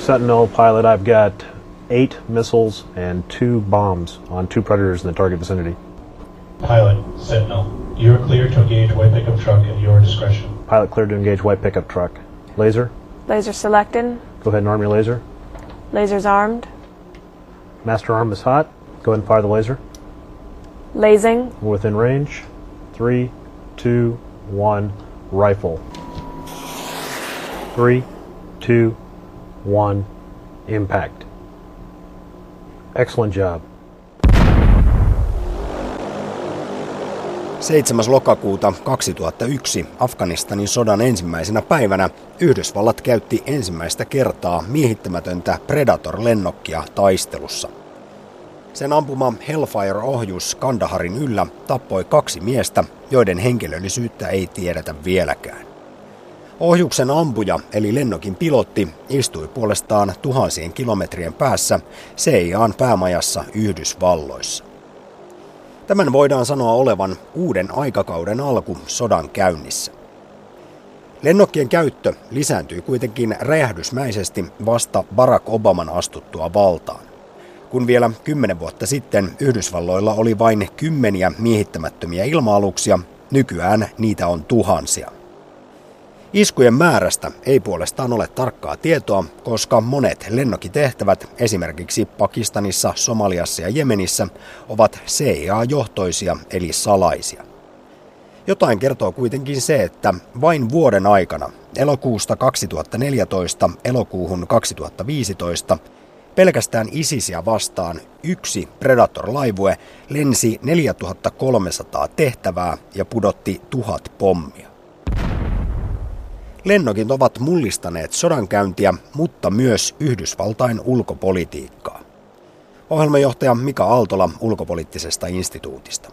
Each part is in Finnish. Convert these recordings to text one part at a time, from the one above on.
Sentinel pilot, I've got 8 missiles and 2 bombs on 2 predators in the target vicinity. Pilot, Sentinel, you're clear to engage white pickup truck at your discretion. Pilot cleared to engage white pickup truck. Laser? Laser selected. Go ahead and arm your laser. Laser's armed. Master arm is hot. Go ahead and fire the laser. Lasing. Within range. 3, 2, 1, rifle. 3, 2, 1, impact. Excellent job. 7. lokakuuta 2001 Afganistanin sodan ensimmäisenä päivänä Yhdysvallat käytti ensimmäistä kertaa miehittämätöntä Predator-lennokkia taistelussa. Sen ampuma Hellfire-ohjus Kandaharin yllä tappoi 2 miestä, joiden henkilöllisyyttä ei tiedetä vieläkään. Ohjuksen ampuja eli lennokin pilotti istui puolestaan tuhansien kilometrien päässä CIA:n päämajassa Yhdysvalloissa. Tämän voidaan sanoa olevan uuden aikakauden alku sodan käynnissä. Lennokkien käyttö lisääntyi kuitenkin räjähdysmäisesti vasta Barack Obaman astuttua valtaan. Kun vielä 10 vuotta sitten Yhdysvalloilla oli vain 10 miehittämättömiä ilma-aluksia, nykyään niitä on tuhansia. Iskujen määrästä ei puolestaan ole tarkkaa tietoa, koska monet lennokitehtävät esimerkiksi Pakistanissa, Somaliassa ja Jemenissä ovat CIA-johtoisia eli salaisia. Jotain kertoo kuitenkin se, että vain vuoden aikana, elokuusta 2014 elokuuhun 2015, pelkästään ISISiä vastaan 1 Predator-laivue lensi 4300 tehtävää ja pudotti 1000 pommia. Lennokit ovat mullistaneet sodankäyntiä, mutta myös Yhdysvaltain ulkopolitiikkaa. Ohjelmajohtaja Mika Aaltola ulkopoliittisesta instituutista.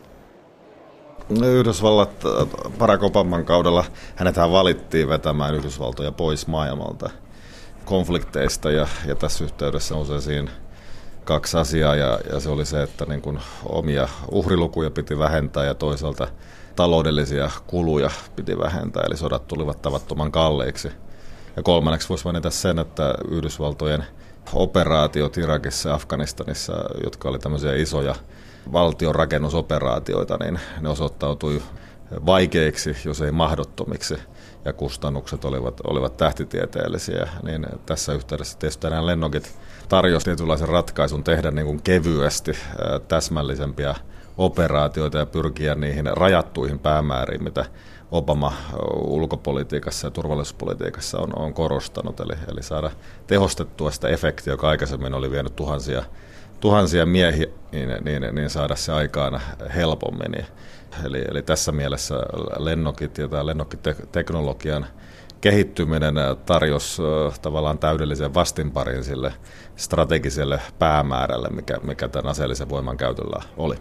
Yhdysvallat Barack Obaman kaudella hänethän valittiin vetämään Yhdysvaltoja pois maailmalta konflikteista ja tässä yhteydessä usein 2 asiaa ja se oli se, että niin kuin omia uhrilukuja piti vähentää ja toisaalta taloudellisia kuluja piti vähentää, eli sodat tulivat tavattoman kalliiksi. Ja kolmanneksi voisi mainita sen, että Yhdysvaltojen operaatiot Irakissa ja Afganistanissa, jotka oli tämmöisiä isoja valtionrakennusoperaatioita, niin ne osoittautui vaikeiksi, jos ei mahdottomiksi, ja kustannukset olivat tähtitieteellisiä. Niin tässä yhteydessä tietysti nämä lennokit tarjosi tietynlaisen ratkaisun tehdä niin kuin kevyesti täsmällisempiä operaatioita ja pyrkiä niihin rajattuihin päämääriin, mitä Obama ulkopolitiikassa ja turvallisuuspolitiikassa on korostanut, eli saada tehostettua sitä efektiä, joka aikaisemmin oli vienyt tuhansia miehiä, niin saada se aikaan helpommin. Eli tässä mielessä lennokit ja tämä lennokkiteknologian kehittyminen tarjosi tavallaan täydellisen vastinparin sille strategiselle päämäärälle, mikä tämän aseellisen voiman käytöllä oli.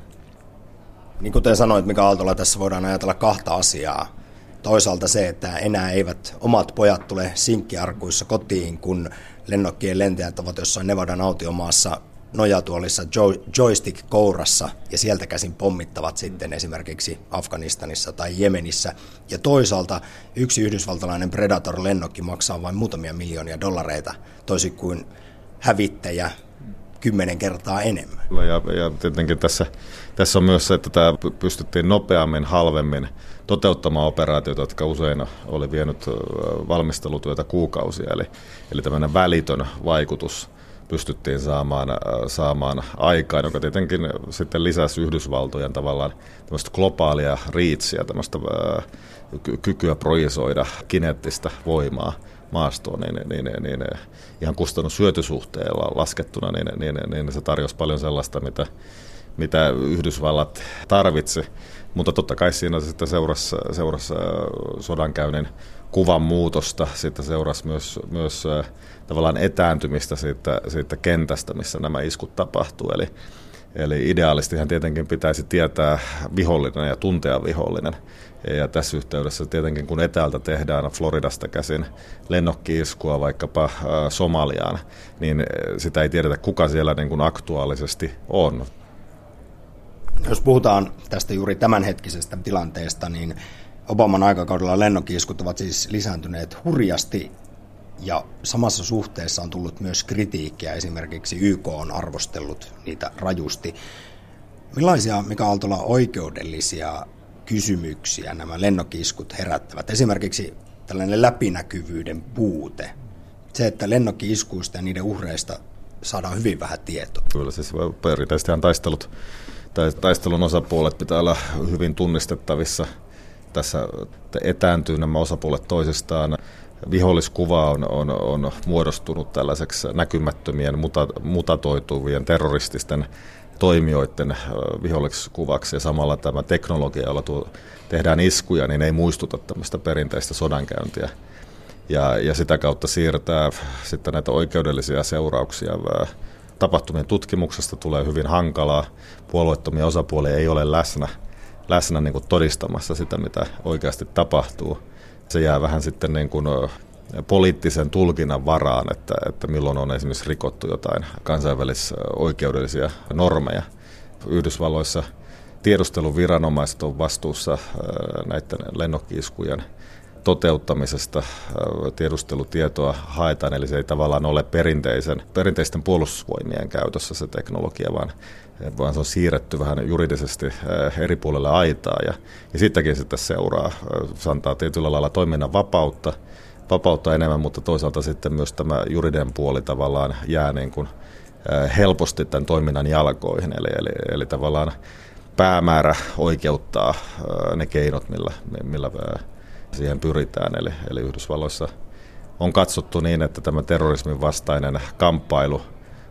Niin kuten sanoit, Mika Aaltola, tässä voidaan ajatella 2 asiaa. Toisaalta se, että enää eivät omat pojat tule sinkkiarkuissa kotiin, kun lennokkien lentäjät ovat jossain Nevadan autiomaassa nojatuolissa joystick kourassa ja sieltä käsin pommittavat sitten esimerkiksi Afganistanissa tai Jemenissä. Ja toisaalta 1 yhdysvaltalainen Predator-lennokki maksaa vain muutamia miljoonia dollareita, toisin kuin hävittäjä 10 kertaa enemmän. Ja tietenkin tässä on myös se, että tämä pystyttiin nopeammin, halvemmin toteuttamaan operaatioita, jotka usein oli vienyt valmistelutyötä kuukausia. Eli tämmöinen välitön vaikutus pystyttiin saamaan aikaan, joka tietenkin sitten lisäsi Yhdysvaltojen tavallaan tämmöistä globaalia reachia, tämmöistä kykyä projisoida kineettistä voimaa maastoon, niin ihan kustannushyötysuhteella laskettuna, niin se tarjosi paljon sellaista, mitä Yhdysvallat tarvitsi. Mutta totta kai siinä sitten seurasi sodankäynnin kuvan muutosta, sitten seurasi myös tavallaan etääntymistä siitä kentästä, missä nämä iskut tapahtuu. Eli ideaalistihan tietenkin pitäisi tietää vihollinen ja tuntea vihollinen. Ja tässä yhteydessä tietenkin, kun etäältä tehdään Floridasta käsin lennokki-iskua vaikkapa Somaliaan, niin sitä ei tiedetä, kuka siellä niin kuin aktuaalisesti on. Jos puhutaan tästä juuri tämänhetkisestä tilanteesta, niin Obaman aikakaudella lennokki-iskut ovat siis lisääntyneet hurjasti. Ja samassa suhteessa on tullut myös kritiikkiä, esimerkiksi YK on arvostellut niitä rajusti. Millaisia, Mika Aaltola, oikeudellisia kysymyksiä nämä lennokki-iskut herättävät? Esimerkiksi tällainen läpinäkyvyyden puute. Se, että lennokki-iskuista ja niiden uhreista saadaan hyvin vähän tietoa. Kyllä siis perinteisesti taistelun osapuolet pitää olla hyvin tunnistettavissa. Tässä etääntyy nämä osapuolet toisistaan. Viholliskuva on muodostunut tällaiseksi näkymättömien mutatoituvien terrorististen toimijoiden viholliskuvaksi, ja samalla tämä teknologia, jolla tehdään iskuja, niin ei muistuta tämmöistä perinteistä sodankäyntiä. Ja sitä kautta siirtää sitten näitä oikeudellisia seurauksia. Tapahtumien tutkimuksesta tulee hyvin hankalaa. Puolueettomia osapuolia ei ole läsnä niin kuin todistamassa sitä, mitä oikeasti tapahtuu. Se jää vähän sitten niin kuin poliittisen tulkinnan varaan, että milloin on esimerkiksi rikottu jotain kansainvälisoikeudellisia normeja. Yhdysvalloissa tiedusteluviranomaiset on vastuussa näiden lennokki-iskujen toteuttamisesta. Tiedustelutietoa haetaan, eli se ei tavallaan ole perinteisten puolustusvoimien käytössä se teknologia, vaan se on siirretty vähän juridisesti eri puolelle aitaa, ja sitäkin sitten seuraa. Se antaa tietyllä lailla toiminnan vapautta enemmän, mutta toisaalta sitten myös tämä juridinen puoli tavallaan jää niin kuin helposti tämän toiminnan jalkoihin, eli tavallaan päämäärä oikeuttaa ne keinot, millä siihen pyritään. Eli Yhdysvalloissa on katsottu niin, että tämä terrorismin vastainen kamppailu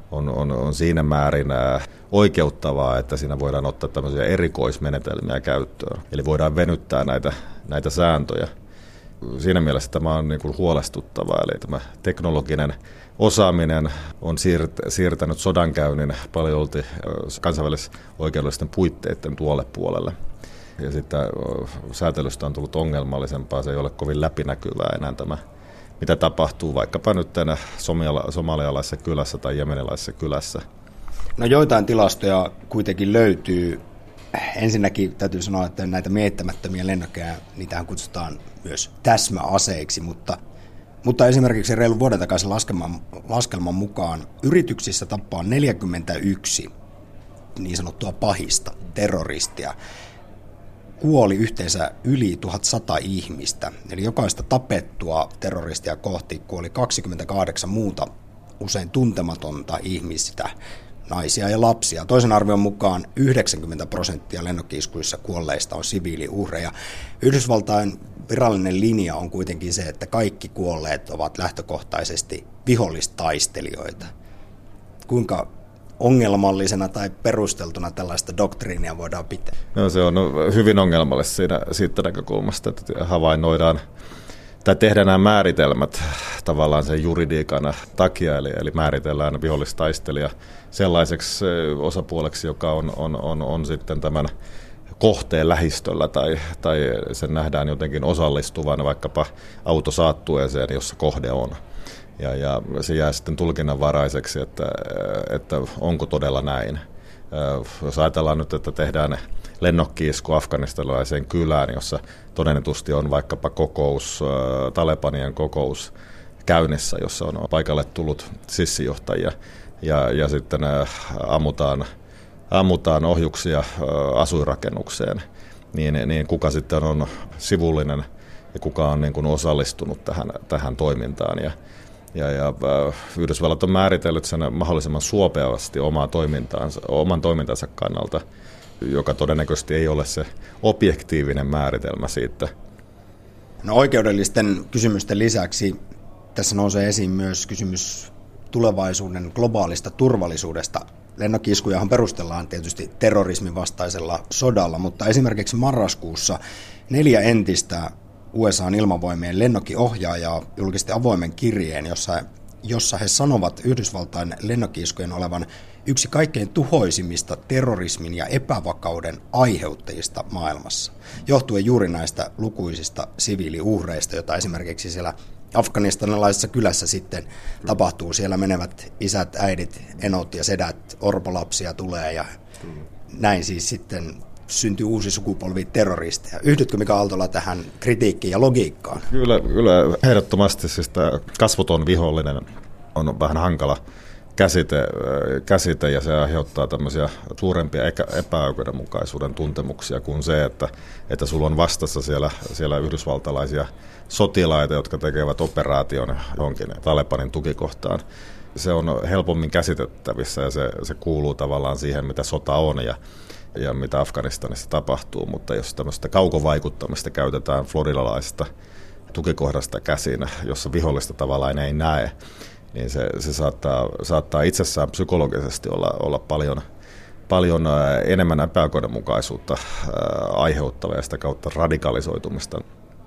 on siinä määrin oikeuttavaa, että siinä voidaan ottaa tämmöisiä erikoismenetelmiä käyttöön. Eli voidaan venyttää näitä sääntöjä. Siinä mielessä tämä on niin kuin huolestuttavaa. Eli tämä teknologinen osaaminen on siirtänyt sodankäynnin paljolti kansainvälisoikeudellisten puitteiden tuolle puolelle. Ja sitten säätelystä on tullut ongelmallisempaa, se ei ole kovin läpinäkyvää enää tämä, mitä tapahtuu vaikkapa nyt somalialaisessa kylässä tai jemenilaisessa kylässä. No joitain tilastoja kuitenkin löytyy. Ensinnäkin täytyy sanoa, että näitä miehittämättömiä lennokkeja, niitähän kutsutaan myös täsmäaseiksi, mutta esimerkiksi reilun vuoden takaisen laskelman mukaan yrityksissä tappaa 41 niin sanottua pahista terroristia. Kuoli yhteensä yli 1100 ihmistä, eli jokaista tapettua terroristia kohti kuoli 28 muuta, usein tuntematonta ihmistä, naisia ja lapsia. Toisen arvion mukaan 90% lennokki-iskuissa kuolleista on siviiliuhreja. Yhdysvaltain virallinen linja on kuitenkin se, että kaikki kuolleet ovat lähtökohtaisesti vihollistaistelijoita. Kuinka ongelmallisena tai perusteltuna tällaista doktriinia voidaan pitää? No, se on hyvin ongelmallista siitä näkökulmasta, että havainnoidaan tai tehdään nämä määritelmät tavallaan sen juridiikan takia, eli määritellään vihollistaistelija sellaiseksi osapuoleksi, joka on sitten tämän kohteen lähistöllä tai sen nähdään jotenkin osallistuvan vaikkapa autosaattueeseen, jossa kohde on. Ja se jää sitten tulkinnanvaraiseksi, että onko todella näin. Jos ajatellaan nyt, että tehdään lennokki-isku afganistanilaiseen kylään, jossa todennetusti on vaikkapa Talebanien kokous käynnissä, jossa on paikalle tullut sissijohtajia, ja sitten ammutaan ohjuksia asuinrakennukseen, niin kuka sitten on sivullinen ja kuka on niin kuin osallistunut tähän toimintaan. Ja Yhdysvallat on määritellyt sen mahdollisimman suopeasti oman toimintansa kannalta, joka todennäköisesti ei ole se objektiivinen määritelmä siitä. No, oikeudellisten kysymysten lisäksi tässä nousee esiin myös kysymys tulevaisuuden globaalista turvallisuudesta. Lennokki-iskujahan perustellaan tietysti terrorismin vastaisella sodalla, mutta esimerkiksi marraskuussa 4 entistä USA:n ilmavoimien lennokkiohjaajaa julkisti avoimen kirjeen, jossa he sanovat Yhdysvaltain lennokki-iskujen olevan yksi kaikkein tuhoisimmista terrorismin ja epävakauden aiheuttajista maailmassa, johtuen juuri näistä lukuisista siviiliuhreista, joita esimerkiksi siellä afganistanilaisessa kylässä sitten tapahtuu. Siellä menevät isät, äidit, enot ja sedät, orpolapsia tulee ja näin siis sitten syntyy uusi sukupolvi terroristeja. Yhdytkö Mika Aaltola tähän kritiikkiin ja logiikkaan? Kyllä ehdottomasti siis tämä kasvoton vihollinen on vähän hankala käsite ja se aiheuttaa tämmöisiä suurempia epäoikeudenmukaisuuden tuntemuksia kuin se, että sulla on vastassa siellä yhdysvaltalaisia sotilaita, jotka tekevät operaation johonkin Talebanin tukikohtaan. Se on helpommin käsitettävissä ja se kuuluu tavallaan siihen, mitä sota on ja mitä Afganistanissa tapahtuu, mutta jos tämmöistä kaukovaikuttamista käytetään floridalaisesta tukikohdasta käsin, jossa vihollista tavallaan ei näe, niin se saattaa itsessään psykologisesti olla paljon enemmän epäoikeudenmukaisuutta aiheuttava ja sitä kautta radikalisoitumista.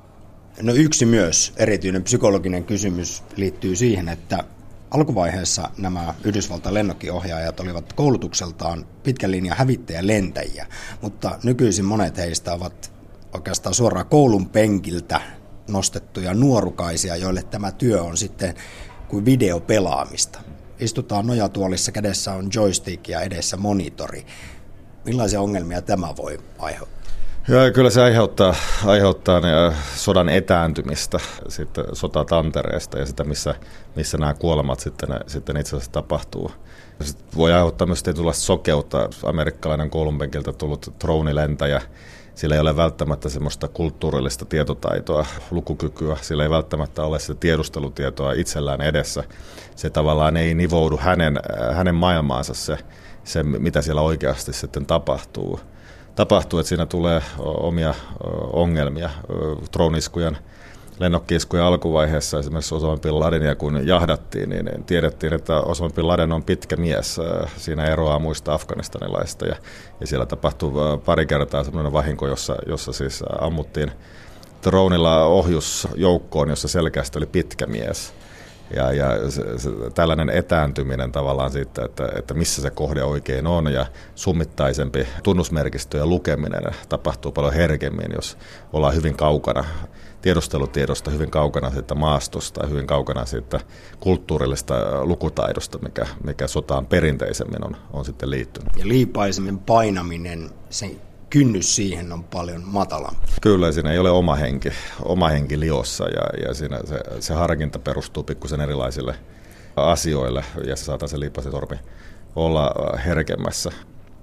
No yksi myös erityinen psykologinen kysymys liittyy siihen, että alkuvaiheessa nämä Yhdysvaltain lennokkiohjaajat olivat koulutukseltaan pitkän linjan hävittäjälentäjiä, mutta nykyisin monet heistä ovat oikeastaan suoraan koulun penkiltä nostettuja nuorukaisia, joille tämä työ on sitten kuin videopelaamista. Istutaan nojatuolissa, kädessä on joystick ja edessä monitori. Millaisia ongelmia tämä voi aiheuttaa? Ja kyllä se aiheuttaa sodan etääntymistä sitten sotatantereesta ja sitä, missä nämä kuolemat sitten itse asiassa tapahtuu. Sitten voi aiheuttaa myös tietynlaista sokeutta. Amerikkalainen koulunpenkiltä tullut droonilentäjä, sillä ei ole välttämättä semmoista kulttuurillista tietotaitoa, lukukykyä, sillä ei välttämättä ole sitä tiedustelutietoa itsellään edessä. Se tavallaan ei nivoudu hänen maailmaansa se, mitä siellä oikeasti sitten tapahtuu, että siinä tulee omia ongelmia. Drone-iskujen, lennokki-iskujen alkuvaiheessa esimerkiksi Osama Bin Ladenia kun jahdattiin, niin tiedettiin, että Osama Bin Laden on pitkä mies. Siinä eroaa muista afganistanilaista ja siellä tapahtui pari kertaa sellainen vahinko, jossa siis ammuttiin dronella ohjusjoukkoon, jossa selkeästi oli pitkä mies. Ja tällainen etääntyminen tavallaan siitä, että missä se kohde oikein on ja summittaisempi tunnusmerkistöjen lukeminen tapahtuu paljon herkemmin, jos ollaan hyvin kaukana tiedustelutiedosta, hyvin kaukana siitä maastosta, hyvin kaukana siitä kulttuurillisesta lukutaidosta, mikä sotaan perinteisemmin on sitten liittynyt. Ja liipaisemmin painaminen, se kynnys siihen on paljon matalampi. Kyllä, siinä ei ole oma henki liossa ja siinä se harkinta perustuu pikkusen erilaisille asioille ja se saattaa se liipasitormi olla herkemmässä.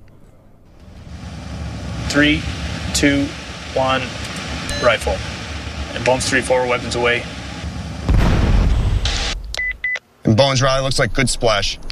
3, 2, 1, rifle. And Bones 3-4 weapons away. And Bones Riley looks like good splash.